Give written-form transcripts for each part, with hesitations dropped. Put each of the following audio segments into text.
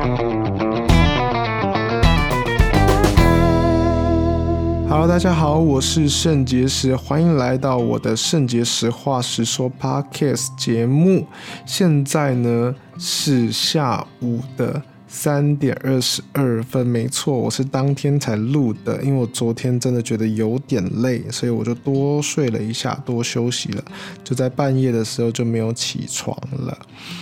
Hello， 大家好，我是肾结石，欢迎来到我的肾结石话实说 Podcast 节目。现在呢是下午的3:22，没错，我是当天才录的，因为我昨天真的觉得有点累，所以我就多睡了一下，多休息了，就在半夜的时候就没有起床了。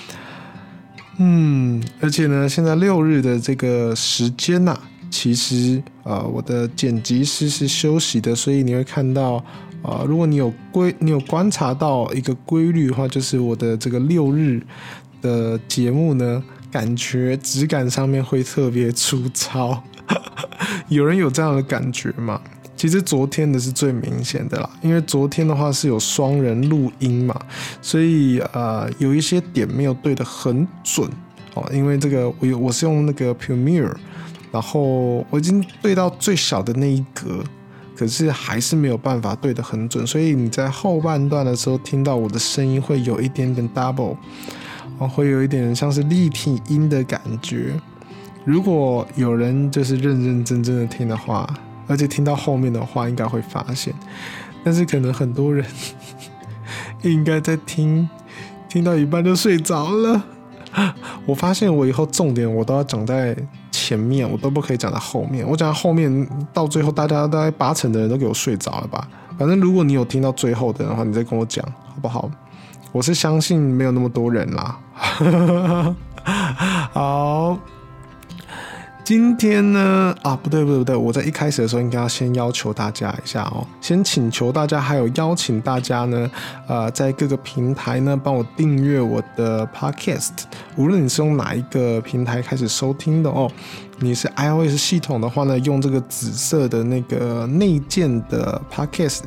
而且呢，现在6日的这个时间啊，其实我的剪辑师是休息的，所以你会看到如果你有观察到一个规律的话，就是我的这个6日的节目呢，感觉质感上面会特别粗糙。有人有这样的感觉吗？其实昨天的是最明显的啦，因为昨天的话是有双人录音嘛，所以有一些点没有对得很准因为这个我是用那个 Premiere， 然后我已经对到最小的那一格，可是还是没有办法对得很准，所以你在后半段的时候听到我的声音会有一点点 double， 会有一点像是立体音的感觉。如果有人就是认认真真的听的话，而且听到后面的话应该会发现，但是可能很多人应该在听到一半就睡着了。我发现我以后重点我都要讲在前面，我都不可以讲在后面，我讲在后面到最后大家大概80%的人都给我睡着了吧。反正如果你有听到最后的话，你再跟我讲好不好？我是相信没有那么多人啦。好，今天呢不对，我在一开始的时候应该要先要求大家一下先请求大家还有邀请大家呢在各个平台呢帮我订阅我的 Podcast， 无论你是用哪一个平台开始收听的你是 iOS 系统的话呢，用这个紫色的那个内建的 Podcast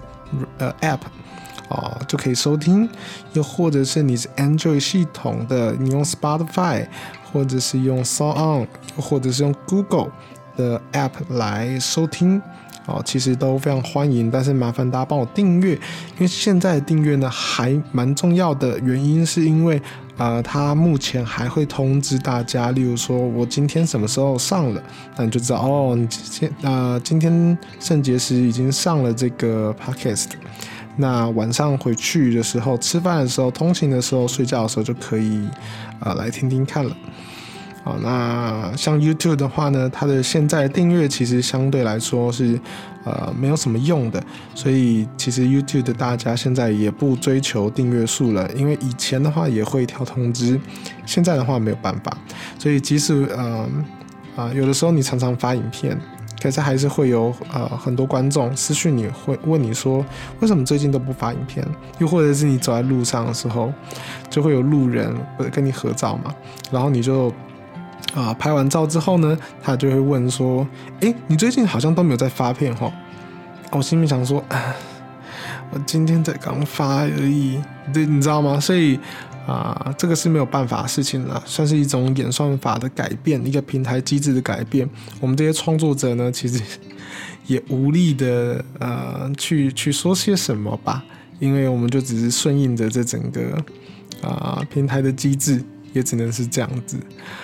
App就可以收听，又或者是你是 Android 系统的，你用 Spotify 或者是用 SoundOn 或者是用 Google 的 App 来收听其实都非常欢迎，但是麻烦大家帮我订阅，因为现在的订阅呢还蛮重要的，原因是因为它目前还会通知大家，例如说我今天什么时候上了，那你就知道今天肾结石已经上了这个 Podcast， 那晚上回去的时候、吃饭的时候、通勤的时候、睡觉的时候就可以来听听看了。那像 YouTube 的话呢，它的现在的订阅其实相对来说是没有什么用的，所以其实 YouTube 的大家现在也不追求订阅数了，因为以前的话也会跳通知，现在的话没有办法，所以即使有的时候你常常发影片，可是还是会有很多观众私讯你，会问你说为什么最近都不发影片，又或者是你走在路上的时候就会有路人跟你合照嘛，然后你就拍完照之后呢，他就会问说你最近好像都没有在发片我心里想说我今天才刚发而已，对，你知道吗？所以这个是没有办法的事情啦，算是一种演算法的改变，一个平台机制的改变。我们这些创作者呢，其实也无力的去说些什么吧，因为我们就只是顺应着这整个平台的机制，也只能是这样子。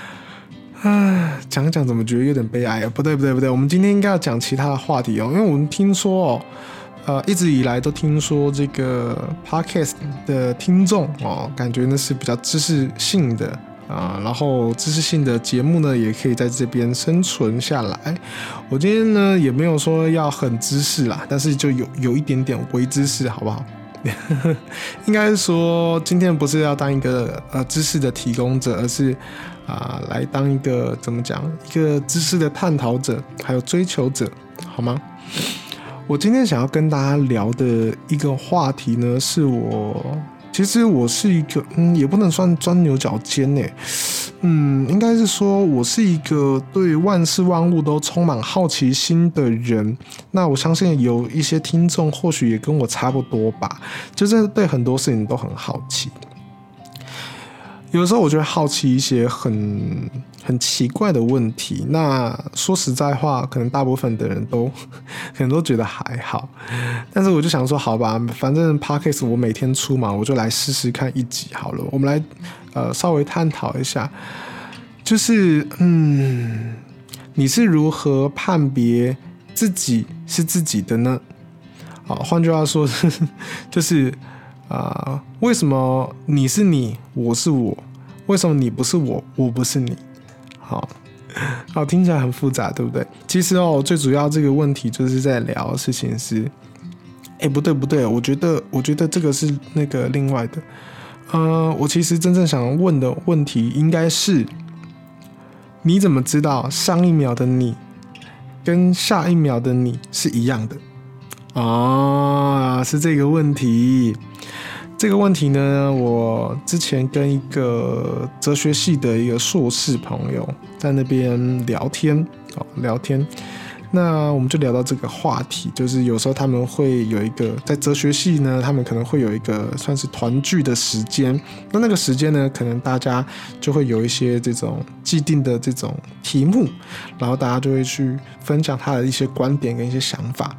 讲怎么觉得有点悲哀不对，我们今天应该要讲其他的话题因为我们听说一直以来都听说这个 Podcast 的听众感觉呢是比较知识性的然后知识性的节目呢也可以在这边生存下来。我今天呢也没有说要很知识啦，但是就有一点点微知识，好不好？应该说今天不是要当一个知识的提供者，而是来当一个怎么讲，一个知识的探讨者还有追求者，好吗？我今天想要跟大家聊的一个话题呢，是其实我是一个也不能算钻牛角尖应该是说我是一个对万事万物都充满好奇心的人。那我相信有一些听众或许也跟我差不多吧，就是对很多事情都很好奇。有的时候我就会好奇一些很奇怪的问题，那说实在话可能大部分的人都可能都觉得还好，但是我就想说好吧，反正 Podcast 我每天出嘛，我就来试试看一集好了，我们来稍微探讨一下就是你是如何判别自己是自己的呢？好，换句话说，就是为什么你是你，我是我？为什么你不是我，我不是你？好，听起来很复杂，对不对？其实最主要这个问题就是在聊的事情是，不对，我觉得这个是那个另外的。我其实真正想问的问题应该是，你怎么知道上一秒的你跟下一秒的你是一样的？是这个问题。这个问题呢，我之前跟一个哲学系的一个硕士朋友在那边聊天，那我们就聊到这个话题，就是有时候他们会有一个在哲学系呢，他们可能会有一个算是团聚的时间，那个时间呢，可能大家就会有一些这种既定的这种题目，然后大家就会去分享他的一些观点跟一些想法。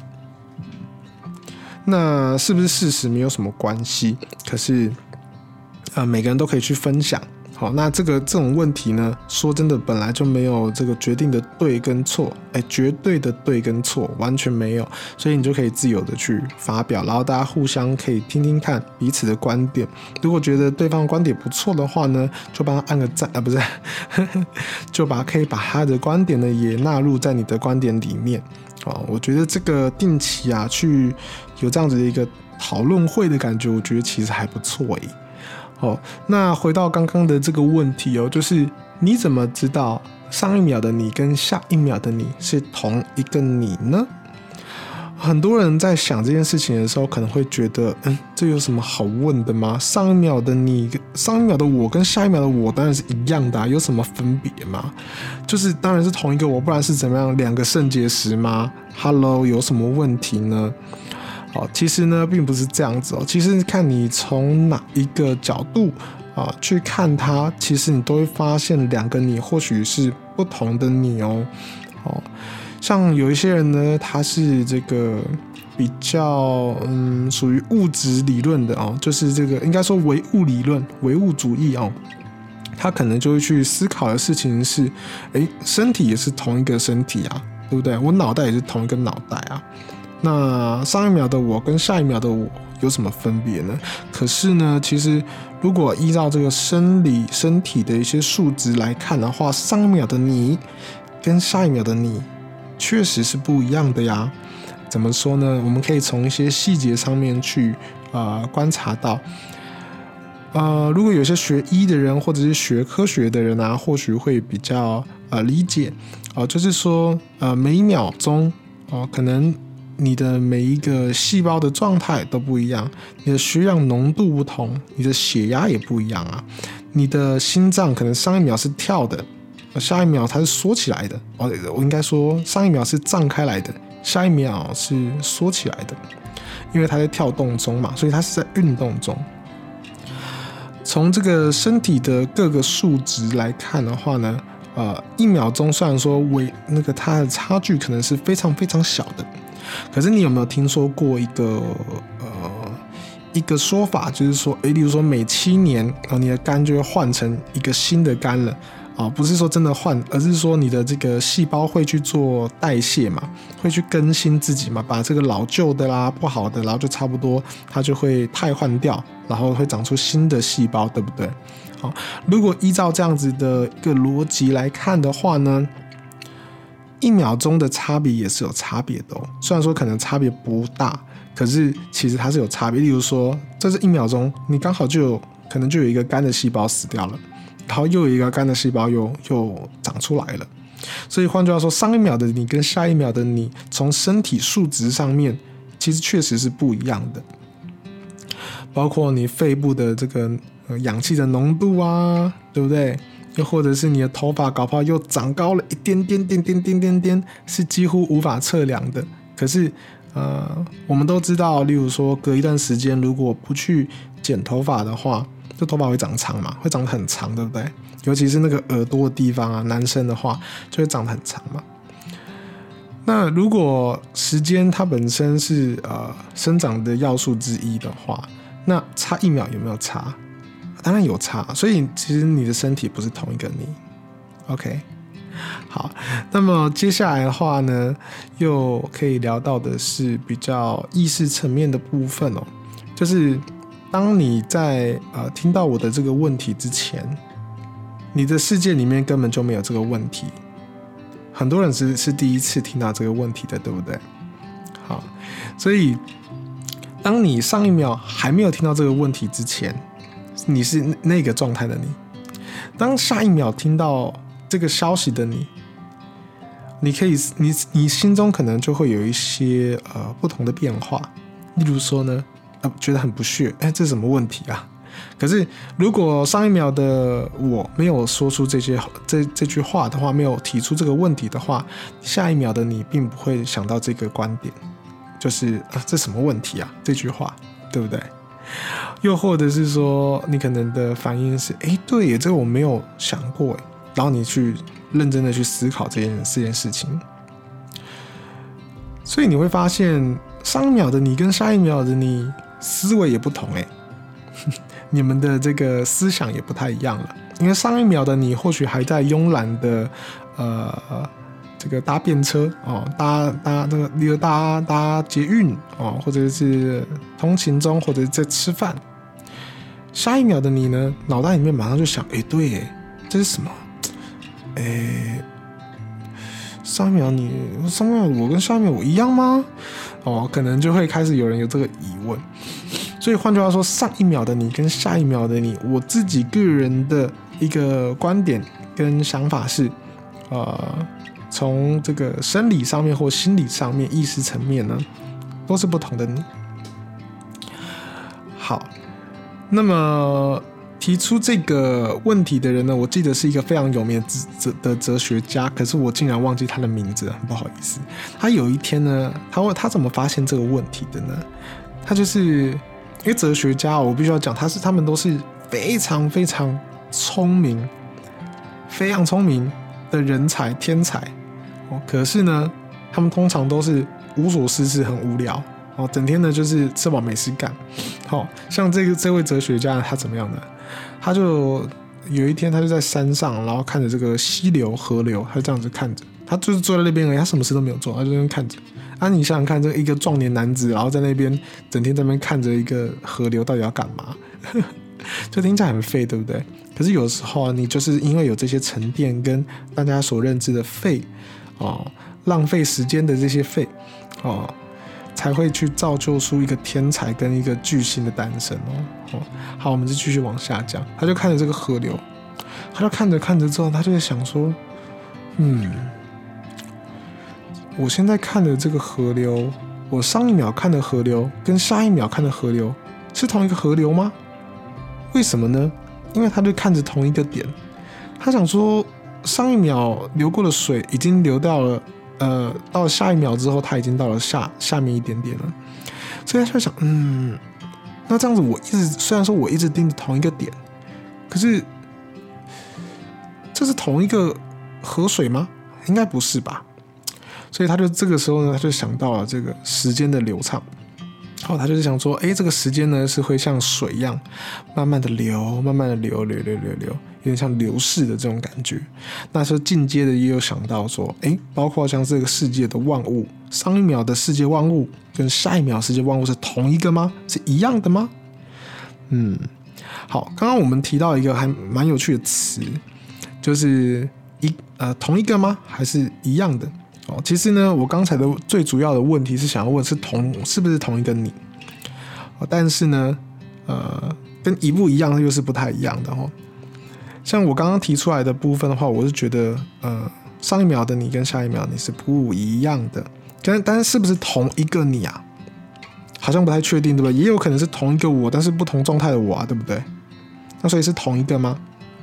那是不是事实没有什么关系，可是每个人都可以去分享。好，那这种问题呢，说真的本来就没有这个决定的对跟错，绝对的对跟错完全没有，所以你就可以自由的去发表，然后大家互相可以听听看彼此的观点，如果觉得对方的观点不错的话呢，就帮他按个赞不是就可以把他的观点呢也纳入在你的观点里面。我觉得这个定期去有这样子的一个讨论会的感觉，我觉得其实还不错那回到刚刚的这个问题就是你怎么知道上一秒的你跟下一秒的你是同一个你呢？很多人在想这件事情的时候，可能会觉得，这有什么好问的吗？上一秒的你、上一秒的我跟下一秒的我当然是一样的有什么分别吗？就是当然是同一个我，不然是怎么样？两个肾结石吗 ？Hello， 有什么问题呢？其实呢，并不是这样子其实看你从哪一个角度去看它，其实你都会发现两个你或许是不同的你像有一些人呢，他是这个比较属于物质理论的就是这个应该说唯物理论、唯物主义他可能就会去思考的事情是，身体也是同一个身体对不对？我脑袋也是同一个脑袋那上一秒的我跟下一秒的我有什么分别呢？可是呢，其实如果依照这个身体的一些数值来看的话，上一秒的你跟下一秒的你确实是不一样的呀。怎么说呢？我们可以从一些细节上面去观察到。如果有些学医的人或者是学科学的人或许会比较理解就是说每一秒钟可能你的每一个细胞的状态都不一样，你的血氧浓度不同，你的血压也不一样你的心脏可能上一秒是跳的，下一秒它是缩起来的我应该说上一秒是胀开来的，下一秒是缩起来的，因为它在跳动中嘛，所以它是在运动中。从这个身体的各个数值来看的话呢一秒钟虽然说它的差距可能是非常非常小的，可是你有没有听说过一个说法，就是说例如说每7年你的肝就会换成一个新的肝了不是说真的换，而是说你的这个细胞会去做代谢嘛，会去更新自己嘛，把这个老旧的啦、不好的，然后就差不多它就会汰换掉，然后会长出新的细胞，对不对？如果依照这样子的一个逻辑来看的话呢，1秒钟的差别也是有差别的虽然说可能差别不大，可是其实它是有差别。例如说这是1秒钟，你刚好可能就有一个肝的细胞死掉了，然后又有一个肝的细胞又长出来了，所以换句话说，上一秒的你跟下一秒的你从身体数值上面其实确实是不一样的，包括你肺部的这个氧气的浓度对不对？又或者是你的头发搞不好又长高了一点点，是几乎无法测量的。可是我们都知道，例如说隔一段时间如果不去剪头发的话，这头发会长长嘛，会长得很长，对不对？尤其是那个耳朵的地方男生的话就会长得很长嘛。那如果时间它本身是生长的要素之一的话，那差1秒有没有差？当然有差，所以其实你的身体不是同一个你 OK， 好，那么接下来的话呢，又可以聊到的是比较意识层面的部分哦，就是当你在听到我的这个问题之前，你的世界里面根本就没有这个问题。很多人是第一次听到这个问题的，对不对？好，所以当你上一秒还没有听到这个问题之前，你是那个状态的你。当下一秒听到这个消息的你，你心中可能就会有一些不同的变化。例如说呢，觉得很不屑，这是什么问题啊？可是如果上一秒的我没有说出这句话的话，没有提出这个问题的话，下一秒的你并不会想到这个观点，就是这什么问题啊？这句话，对不对？又或者是说，你可能的反应是，对耶，这个我没有想过耶，然后你去认真的去思考这件事情，所以你会发现，上一秒的你跟下一秒的你思维也不同耶。你们的这个思想也不太一样了，因为上一秒的你或许还在慵懒的这个搭便车哦，搭捷运哦，或者是通勤中，或者是在吃饭。下一秒的你呢，脑袋里面马上就想，对耶，这是什么？上一秒我跟下一秒我一样吗？哦，可能就会开始有人有这个疑问。所以换句话说，上一秒的你跟下一秒的你，我自己个人的一个观点跟想法是，从这个生理上面或心理上面、意识层面呢，都是不同的你。好，那么提出这个问题的人呢，我记得是一个非常有名的哲学家，可是我竟然忘记他的名字了，很不好意思。他有一天呢，他怎么发现这个问题的呢？他就是因为哲学家，我必须要讲，他们都是非常非常聪明、非常聪明的人才、天才。可是呢，他们通常都是无所事事，很无聊。整天呢就是吃饱没事干。像这位哲学家，他怎么样呢？他就有一天，他就在山上，然后看着这个溪流、河流，他就这样子看着。他就是坐在那边而已，他什么事都没有做，他就在那边看着。你想想看，这一个壮年男子，然后在那边整天在那边看着一个河流，到底要干嘛？就听起来很废，对不对？可是有时候你就是因为有这些沉淀跟大家所认知的废浪费时间的这些废才会去造就出一个天才跟一个巨星的诞生好，我们就继续往下讲。他就看着这个河流，他就看着看着之后，他就在想说，我现在看的这个河流，我上一秒看的河流跟下一秒看的河流是同一个河流吗？为什么呢？因为他就看着同一个点，他想说上一秒流过的水已经流到了到了下一秒之后，它已经到了下面一点点了，所以他就想，那这样子虽然说我一直盯着同一个点，可是这是同一个河水吗？应该不是吧。所以他就这个时候呢，他就想到了这个时间的流畅。他就是想说，这个时间呢是会像水一样，慢慢的流，慢慢的流，有点像流逝的这种感觉。那时候进阶的也有想到说，包括像这个世界的万物，上一秒的世界万物跟下一秒世界万物是同一个吗？是一样的吗？好，刚刚我们提到一个还蛮有趣的词，就是同一个吗？还是一样的？其实呢，我刚才的最主要的问题是想要问是不是同一个你，但是呢，跟一不一样又是不太一样的像我刚刚提出来的部分的话，我是觉得上一秒的你跟下一秒你是不一样的，但是不是同一个你啊？好像不太确定，对不对？也有可能是同一个我，但是不同状态的我啊，对不对？那所以是同一个吗？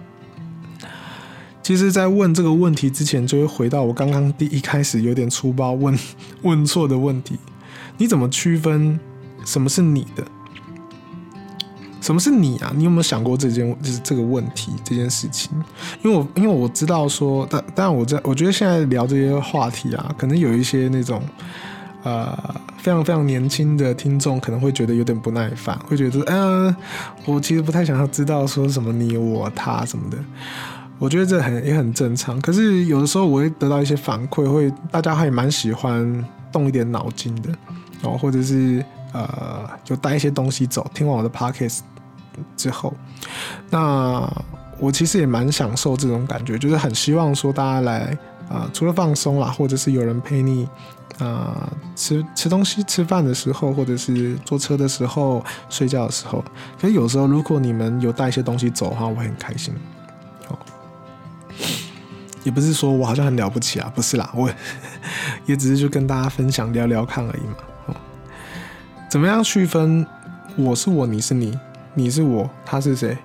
其实在问这个问题之前，就会回到我刚刚一开始有点粗暴问错的问题。你怎么区分什么是你的？什么是你啊？你有没有想过就是这个问题这件事情？因为我知道说，当然我觉得现在聊这些话题啊，可能有一些那种非常非常年轻的听众可能会觉得有点不耐烦，会觉得我其实不太想要知道说什么你我他什么的。 我觉得这也很正常。可是有的时候我会得到一些反馈，大家还蛮喜欢动一点脑筋的哦，或者是就带一些东西走。听完我的 podcast 之后，那我其实也蛮享受这种感觉，就是很希望说大家来除了放松啦，或者是有人陪你吃东西、吃饭的时候，或者是坐车的时候、睡觉的时候。可是有时候如果你们有带一些东西走的话，我会很开心。也不是说我好像很了不起啊，不是啦，我也只是就跟大家分享聊聊看而已嘛。怎么样区分我是我，你是你，你是我，他是谁？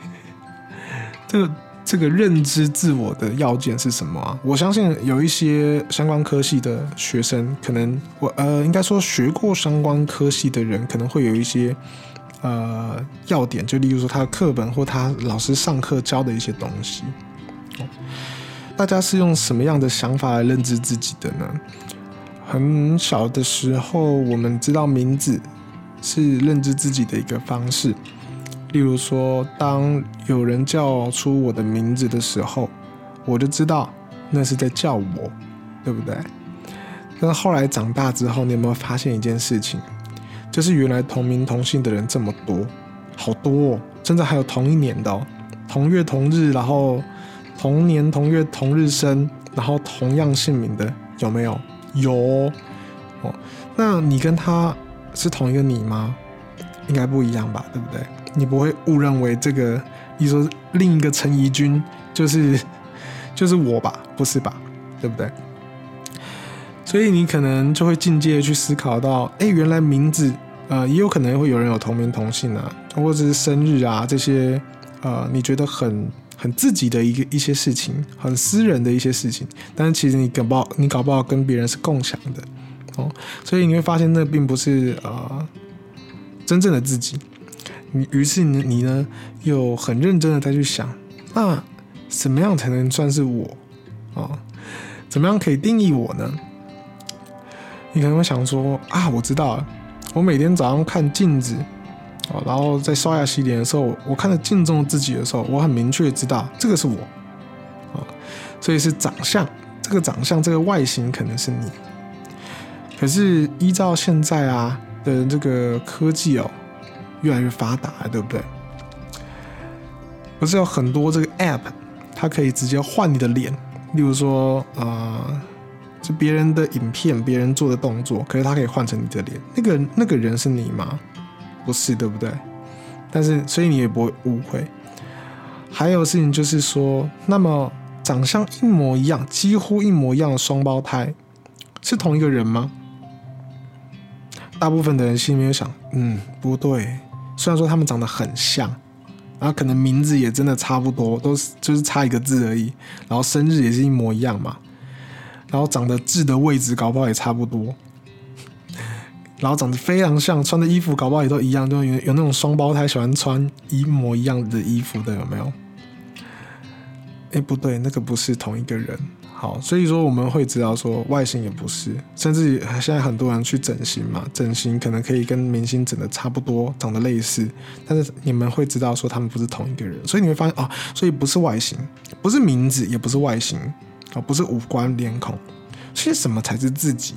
这个认知自我的要件是什么啊？我相信有一些相关科系的学生，可能应该说学过相关科系的人，可能会有一些要点，就例如说他的课本或他老师上课教的一些东西。大家是用什么样的想法来认知自己的呢？很小的时候，我们知道名字是认知自己的一个方式。例如说，当有人叫出我的名字的时候，我就知道那是在叫我，对不对？但是后来长大之后，你有没有发现一件事情？就是原来同名同姓的人这么多，好多哦，甚至还有同一年的哦，同月同日，然后同年同月同日生，然后同样姓名的，有没有？有哦。那你跟他是同一个你吗？应该不一样吧，对不对？你不会误认为这个，你说另一个陈怡君就是我吧？不是吧？对不对？所以你可能就会进阶去思考到，原来名字，也有可能会有人有同名同姓啊，或者是生日啊这些，你觉得很自己的一些事情，很私人的一些事情，但是其实你搞不好跟别人是共享的哦，所以你会发现那并不是真正的自己。于是你呢又很认真的再去想，那怎么样才能算是我怎么样可以定义我呢？你可能会想说我知道了，我每天早上看镜子然后在刷牙洗脸的时候，我看着镜中的自己的时候，我很明确知道这个是我所以是长相，这个长相这个外形可能是你。可是依照现在的这个科技越来越发达了，对不对？不是有很多这个 app 它可以直接换你的脸，例如说就别人的影片，别人做的动作，可是它可以换成你的脸，那个人是你吗？不是，对不对？但是所以你也不会误会。还有事情就是说，那么长相一模一样，几乎一模一样的双胞胎是同一个人吗？大部分的人心里面想不对，虽然说他们长得很像，然后可能名字也真的差不多，就是差一个字而已，然后生日也是一模一样嘛，然后长得痣的位置搞不好也差不多，然后长得非常像，穿的衣服搞不好也都一样，就有那种双胞胎喜欢穿一模一样的衣服的，有没有？不对，那个不是同一个人。好，所以说我们会知道说外形也不是，甚至现在很多人去整形嘛，整形可能可以跟明星整的差不多，长得类似，但是你们会知道说他们不是同一个人，所以你会发现所以不是外形，不是名字，也不是外形，不是五官脸孔，所以什么才是自己？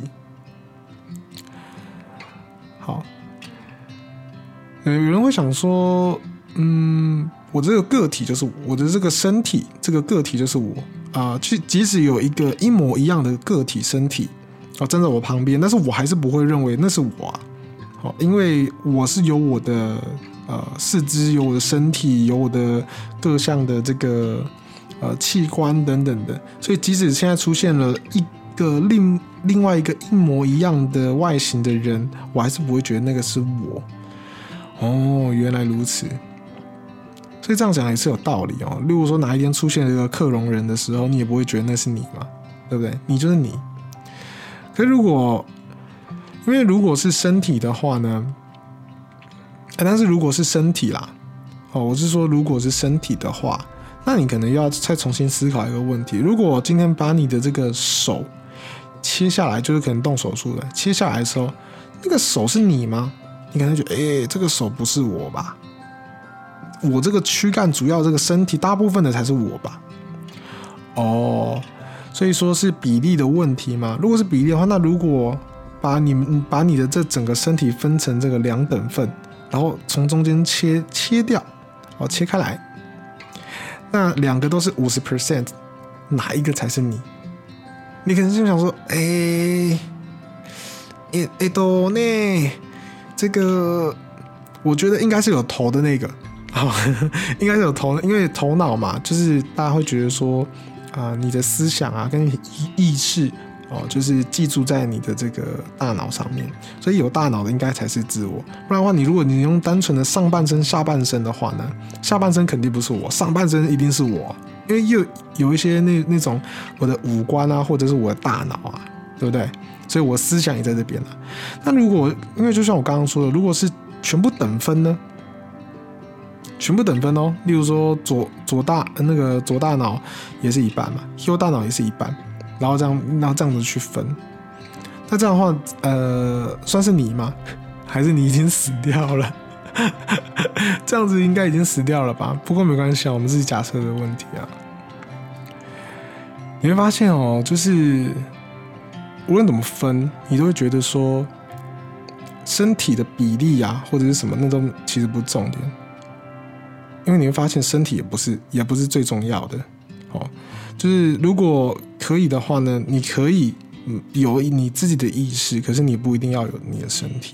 好，有人会想说，我这个个体就是我的这个身体，这个个体就是我即使有一个一模一样的个体身体站在我旁边，但是我还是不会认为那是我因为我是有我的四肢，有我的身体，有我的各项的这个器官等等的，所以即使现在出现了一个另外一个一模一样的外形的人，我还是不会觉得那个是我。原来如此。所以这样讲也是有道理例如说哪一天出现了一个克隆人的时候，你也不会觉得那是你嘛，对不对？你就是你。可是因为如果是身体的话呢，但是如果是身体啦，我是说如果是身体的话，那你可能要再重新思考一个问题：如果我今天把你的这个手切下来，就是可能动手术的，切下来的时候，那个手是你吗？你可能觉得，这个手不是我吧？我这个躯干主要这个身体大部分的才是我吧？ 哦，所以说是比例的问题嘛？如果是比例的话，那如果把你的这整个身体分成这个2等份，然后从中间切掉，切开来，那2个都是50%，哪一个才是你？你可能就想说，都呢，这个我觉得应该是有头的那个，应该是有头，因为头脑嘛，就是大家会觉得说，你的思想啊跟意识就是记住在你的这个大脑上面，所以有大脑的应该才是自我。不然的话，如果你用单纯的上半身、下半身的话呢，下半身肯定不是我，上半身一定是我，因为有一些那种我的五官啊，或者是我的大脑啊，对不对？所以我思想也在这边了。那如果因为就像我刚刚说的，如果是全部等分呢？全部等分哦。例如说左大脑也是一半嘛，右大脑也是一半，然后这样子去分。那这样的话，算是你吗？还是你已经死掉了？这样子应该已经死掉了吧？不过没关系啊，我们自己假设的问题啊。你会发现就是无论怎么分，你都会觉得说，身体的比例啊，或者是什么，那都其实不是重点，因为你会发现身体也不是最重要的。就是如果可以的话呢，你可以有你自己的意识，可是你不一定要有你的身体。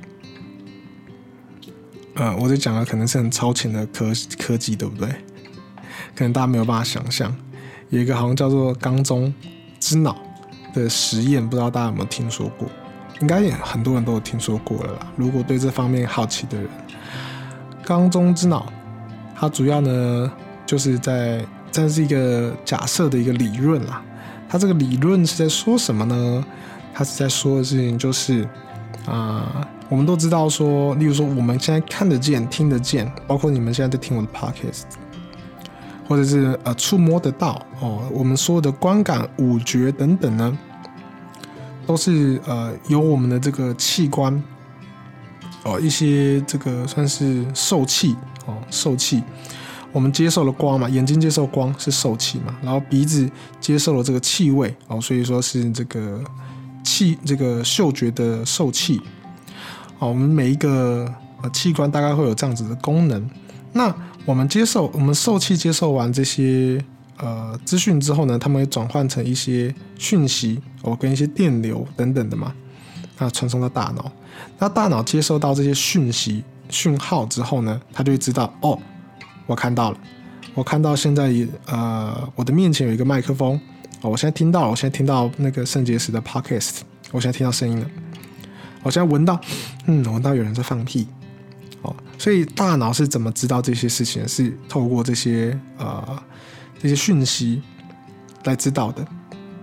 我在讲的可能是很超前的科技，对不对？可能大家没有办法想象，有一个好像叫做缸中之脑的实验，不知道大家有没有听说过？应该也很多人都有听说过了啦。如果对这方面好奇的人，缸中之脑，它主要呢就是这是一个假设的一个理论啦。它这个理论是在说什么呢？它是在说的事情就是我们都知道说，例如说我们现在看得见、听得见，包括你们现在在听我的 podcast， 或者是触摸得到我们所有的观感、五觉等等呢，都是由我们的这个器官一些这个算是受器受器。我们接受了光嘛，眼睛接受光是受器嘛，然后鼻子接受了这个气味所以说是这个嗅觉的受器。我们每一个器官大概会有这样子的功能。那我们受器接受完这些资讯之后呢，他们会转换成一些讯息跟一些电流等等的嘛，那传送到大脑。那大脑接收到这些讯号之后呢，他就会知道我看到了，我看到现在我的面前有一个麦克风我现在听到那个圣结石的 podcast， 我现在听到声音了。我现在闻到有人在放屁所以大脑是怎么知道这些事情？是透过这些讯息来知道的。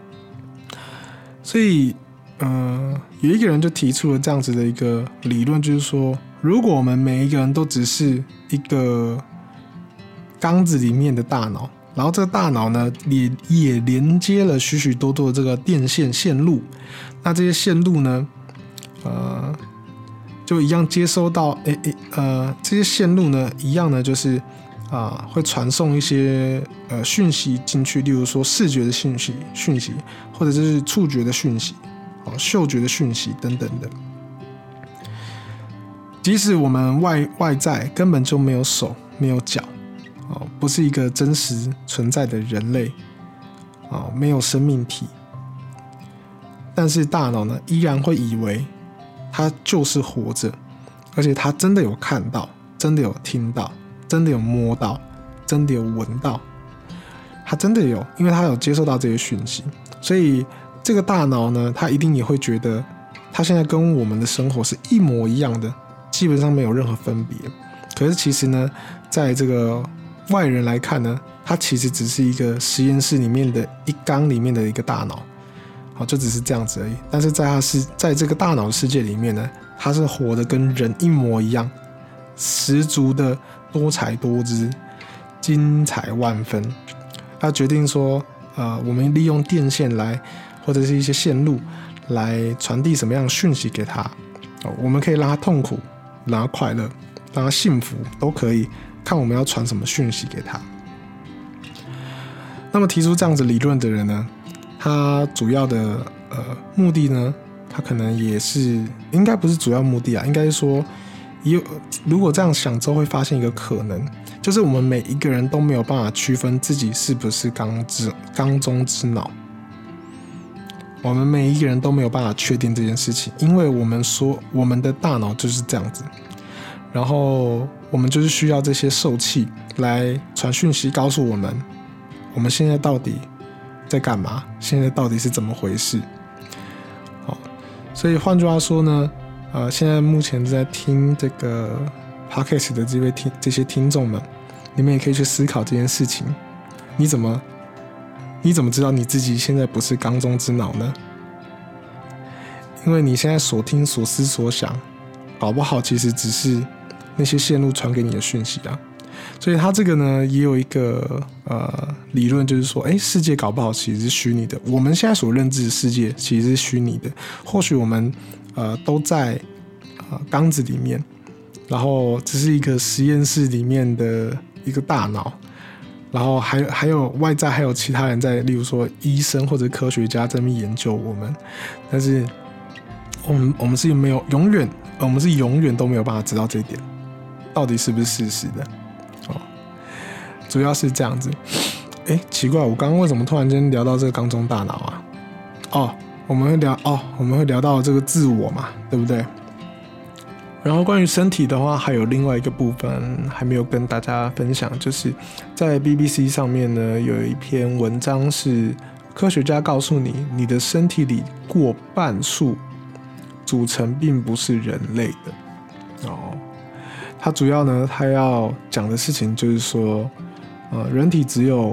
所以有一个人就提出了这样子的一个理论，就是说，如果我们每一个人都只是一个缸子里面的大脑，然后这个大脑呢也连接了许许多多的这个电线路，那这些线路呢就一样接收到这些线路呢一样呢就是会传送一些讯息进去，例如说视觉的讯息，或者是触觉的讯息嗅觉的讯息等等的。即使我们外在根本就没有手没有脚不是一个真实存在的人类没有生命体，但是大脑呢依然会以为他就是活着，而且他真的有看到，真的有听到，真的有摸到，真的有闻到，他真的有，因为他有接受到这些讯息。所以这个大脑呢，他一定也会觉得他现在跟我们的生活是一模一样的，基本上没有任何分别。可是其实呢，在这个外人来看呢，它其实只是一个实验室里面的一缸里面的一个大脑就只是这样子而已。但是在这个大脑的世界里面呢，它是活得跟人一模一样，十足的多彩多姿，精彩万分。他决定说我们利用电线来或者是一些线路来传递什么样的讯息给他我们可以让他痛苦，让他快乐，让他幸福，都可以看我们要传什么讯息给他。 那么提出这样子理论的人呢，他主要的目的呢，他可能也是应该不是主要目的啊，应该是说如果这样想之后会发现一个可能，就是我们每一个人都没有办法区分自己是不是缸中之脑，我们每一个人都没有办法确定这件事情，因为我们说我们的大脑就是这样子，然后我们就是需要这些受器来传讯息告诉我们现在到底在干嘛，现在到底是怎么回事。好，所以换句话说呢，现在目前在听这个 podcast 的这些听众们，你们也可以去思考这件事情。你怎么知道你自己现在不是缸中之脑呢？因为你现在所听所思所想，搞不好其实只是那些线路传给你的讯息啊。所以他这个呢也有一个理论，就是说世界搞不好其实是虚拟的，我们现在所认知的世界其实是虚拟的，或许我们都在缸子里面，然后只是一个实验室里面的一个大脑，然后还有外在还有其他人在，例如说医生或者科学家在那边研究我们，但是我们是永远都没有办法知道这一点到底是不是事实的。主要是这样子。奇怪，我刚刚为什么突然间聊到这个缸中大脑啊？我们会聊到这个自我嘛，对不对？然后关于身体的话，还有另外一个部分还没有跟大家分享，就是在 BBC 上面呢有一篇文章是科学家告诉你，你的身体里过半数组成并不是人类的。它主要呢，它要讲的事情就是说，人体只有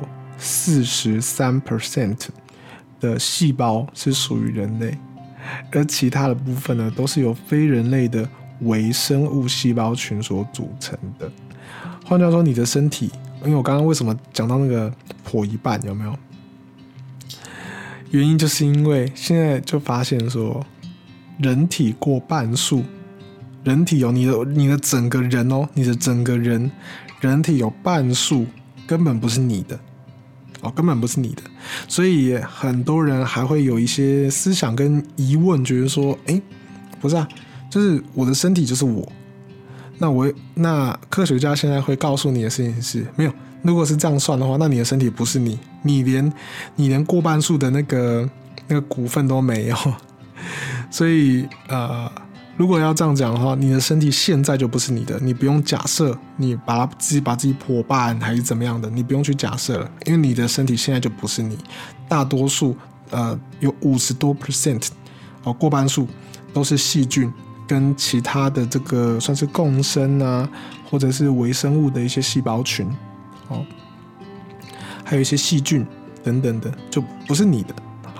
43% 的细胞是属于人类，而其他的部分呢，都是由非人类的微生物细胞群所组成的。换句话说，你的身体，因为我刚刚为什么讲到那个破一半，有没有？原因就是因为现在就发现说，人体过半数。人体有你的整个人人体有半数根本不是你的，根本不是你的，所以很多人还会有一些思想跟疑问，觉得说，不是啊，就是我的身体就是我，那科学家现在会告诉你的事情是，没有，如果是这样算的话，那你的身体不是你，你连过半数的那个股份都没有，所以如果要这样讲的话，你的身体现在就不是你的，你不用假设你把自己破半还是怎么样的，你不用去假设了，因为你的身体现在就不是你。大多数有50多%过半数都是细菌跟其他的这个算是共生啊，或者是微生物的一些细胞群还有一些细菌等等的，就不是你的。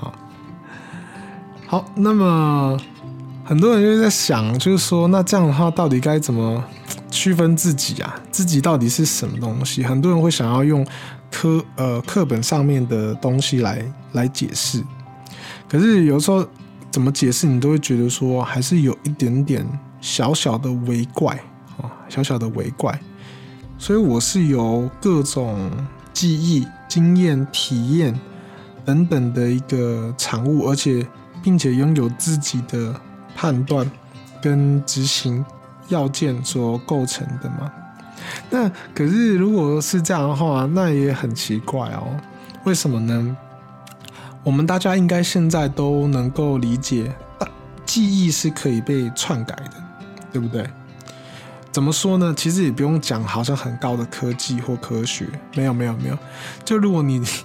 好，那么很多人就在想，就是说，那这样的话，到底该怎么区分自己啊？自己到底是什么东西？很多人会想要用课本上面的东西来解释，可是有时候怎么解释，你都会觉得说，还是有一点点小小的微怪小小的微怪。所以我是由各种记忆、经验、体验等等的一个产物，并且拥有自己的判断跟执行要件所构成的嘛。那可是如果是这样的话，那也很奇怪为什么呢？我们大家应该现在都能够理解，记忆是可以被篡改的，对不对？怎么说呢？其实也不用讲好像很高的科技或科学，没有，就如果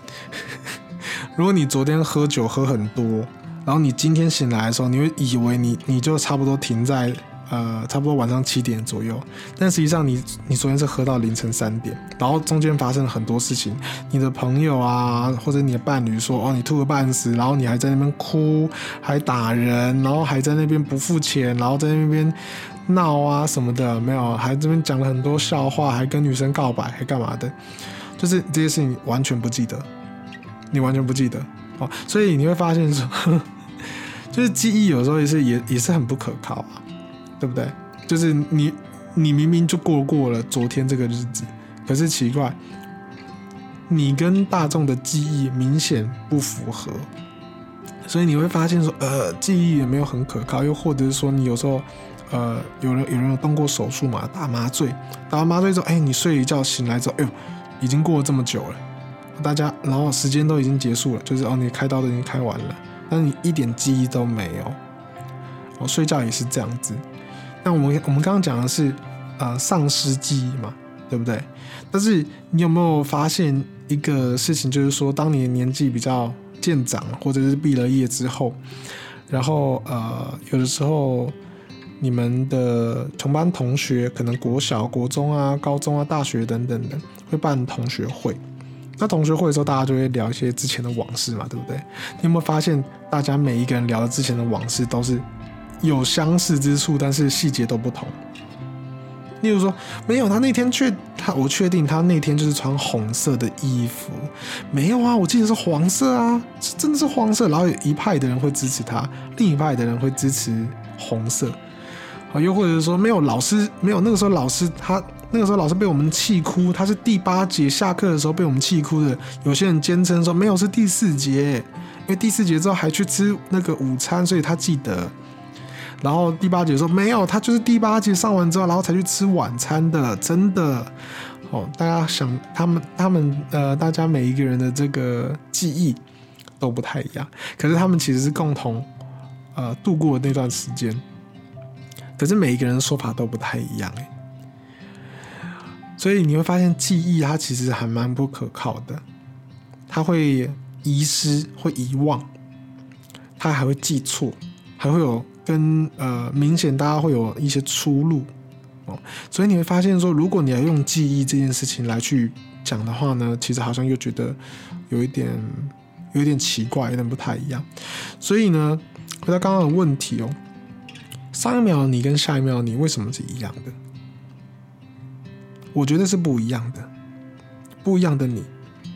你昨天喝酒喝很多，然后你今天醒来的时候，你会以为你就差不多停在差不多晚上7点左右，但实际上你昨天是喝到凌晨3点，然后中间发生了很多事情，你的朋友啊或者你的伴侣说你吐个半死，然后你还在那边哭，还打人，然后还在那边不付钱，然后在那边闹啊什么的，没有，还这边讲了很多笑话，还跟女生告白，还干嘛的，就是这些事情完全不记得，你完全不记得所以你会发现说就是记忆有时候也是很不可靠啊，对不对？就是你明明就过了昨天这个日子，可是奇怪， 你跟大众的记忆明显不符合，所以你会发现说，记忆也没有很可靠，又或者是说你有时候，有人有动过手术嘛，打麻醉之后，你睡一觉醒来之后，已经过了这么久了，大家然后时间都已经结束了，就是你开刀都已经开完了，但你一点记忆都没有，睡觉也是这样子。那我们刚刚讲的是丧失记忆嘛，对不对？但是你有没有发现一个事情，就是说当你的年纪比较渐长，或者是毕了业之后，然后有的时候你们的同班同学可能国小、国中啊、高中啊、大学等等的会办同学会，那同学会的时候大家就会聊一些之前的往事嘛，对不对？你有没有发现大家每一个人聊的之前的往事都是有相似之处，但是细节都不同？例如说，没有，他那天我确定他那天就是穿红色的衣服，没有啊，我记得是黄色啊，真的是黄色。然后有一派的人会支持他，另一派的人会支持红色，又或者是说没有老师，没有那个时候老师被我们气哭，他是第8节下课的时候被我们气哭的。有些人坚称说没有，是第4节，因为第4节之后还去吃那个午餐，所以他记得。然后第8节说没有，他就是第8节上完之后，然后才去吃晚餐的，真的。大家想他们大家每一个人的这个记忆都不太一样，可是他们其实是共同度过的那段时间，可是每一个人的说法都不太一样，所以你会发现记忆它其实还蛮不可靠的，它会遗失，会遗忘，它还会记错，还会有跟明显大家会有一些出入，所以你会发现说，如果你要用记忆这件事情来去讲的话呢，其实好像又觉得有一点奇怪，有点不太一样。所以呢，回到刚刚的问题上一秒你跟下一秒你为什么是一样的？我觉得是不一样的，不一样的你。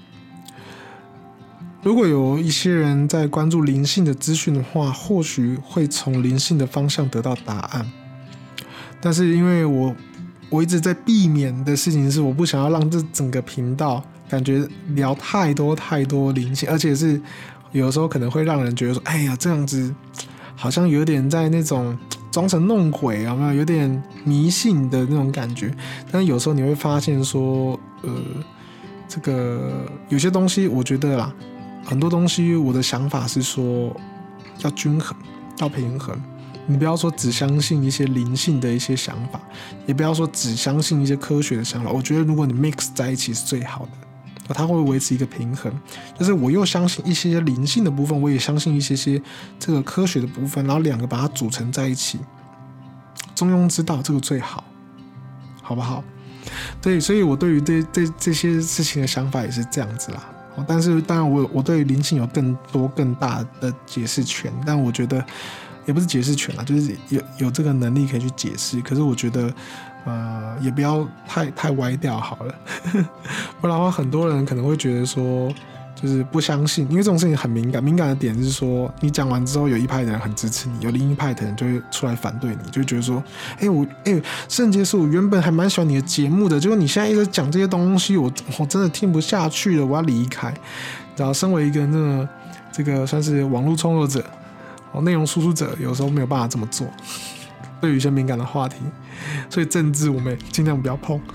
如果有一些人在关注灵性的资讯的话，或许会从灵性的方向得到答案。但是因为我一直在避免的事情是，我不想要让这整个频道感觉聊太多灵性，而且是有时候可能会让人觉得说，哎呀，这样子好像有点在那种装神弄鬼，有点迷信的那种感觉。但是有时候你会发现说，这个有些东西，我觉得啦，很多东西我的想法是说要均衡，要平衡。你不要说只相信一些灵性的一些想法，也不要说只相信一些科学的想法。我觉得如果你 mix 在一起是最好的，它会维持一个平衡。就是我又相信一些灵性的部分，我也相信一些这个科学的部分，然后两个把它组成在一起，中庸之道，这个最好，好不好？对，所以我对于这些事情的想法也是这样子啦。但是当然我对于灵性有更大的解释权，但我觉得也不是解释权啦，就是有这个能力可以去解释。可是我觉得也不要太歪掉好了不然的话很多人可能会觉得说就是不相信，因为这种事情很敏感的点是说，你讲完之后有一派的人很支持你，有另一派的人就会出来反对你，就会觉得说圣洁是我原本还蛮喜欢你的节目的，结果你现在一直讲这些东西，我真的听不下去了，我要离开。然后身为一个这个算是网络创作者，内容输出者，有时候没有办法这么做，对于一些敏感的话题，所以政治我们尽量不要碰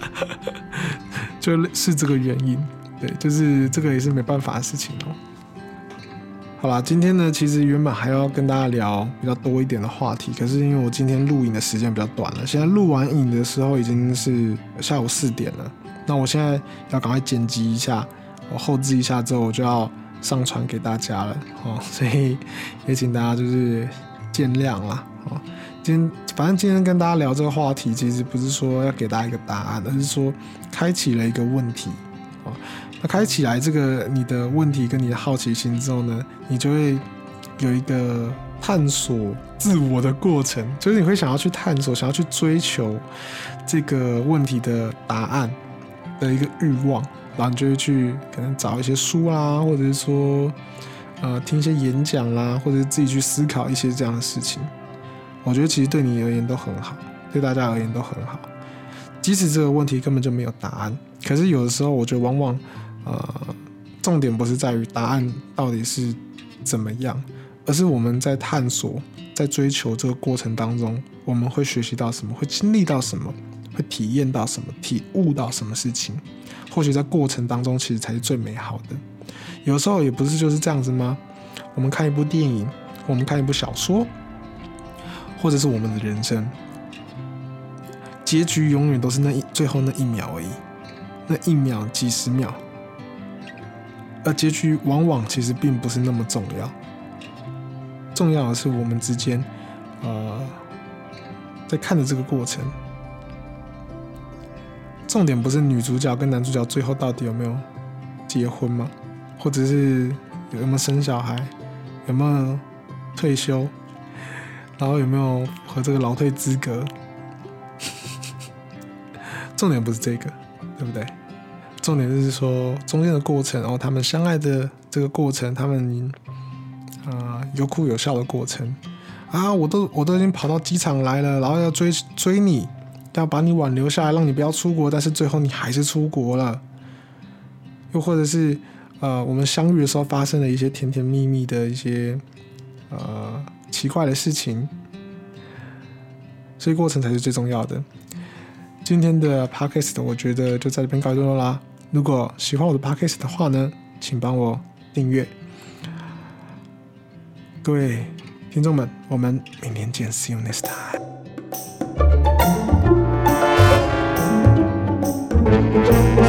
就是这个原因。对，就是这个也是没办法的事情好啦，今天呢，其实原本还要跟大家聊比较多一点的话题，可是因为我今天录影的时间比较短了，现在录完影的时候已经是下午4点了，那我现在要赶快剪辑一下，我后置一下之后我就要上传给大家了所以也请大家就是见谅啦反正今天跟大家聊这个话题，其实不是说要给大家一个答案，而是说开启了一个问题那开起来这个你的问题跟你的好奇心之后呢，你就会有一个探索自我的过程，就是你会想要去探索，想要去追求这个问题的答案的一个欲望，然后你就会去可能找一些书啦，或者是说听一些演讲啦，或者是自己去思考一些这样的事情。我觉得其实对你而言都很好，对大家而言都很好，即使这个问题根本就没有答案，可是有的时候我觉得往往重点不是在于答案到底是怎么样，而是我们在探索、在追求这个过程当中，我们会学习到什么，会经历到什么，会体验到什么，体悟到什么事情。或许在过程当中，其实才是最美好的。有时候也不是就是这样子吗？我们看一部电影，我们看一部小说，或者是我们的人生，结局永远都是最后那一秒而已，那一秒几十秒，而结局往往其实并不是那么重要，重要的是我们之间，在看的这个过程。重点不是女主角跟男主角最后到底有没有结婚吗？或者是有没有生小孩，有没有退休，然后有没有和这个劳退资格？重点不是这个，对不对？重点就是说中间的过程，他们相爱的这个过程，他们有哭有笑的过程啊！我都已经跑到机场来了，然后要追你，要把你挽留下来，让你不要出国，但是最后你还是出国了。又或者是我们相遇的时候发生了一些甜甜蜜蜜的一些奇怪的事情，所以过程才是最重要的。今天的 podcast 我觉得就在这边告一段落啦。如果喜欢我的 podcast 的话呢，请帮我订阅。各位听众们，我们明年见 ，See you next time。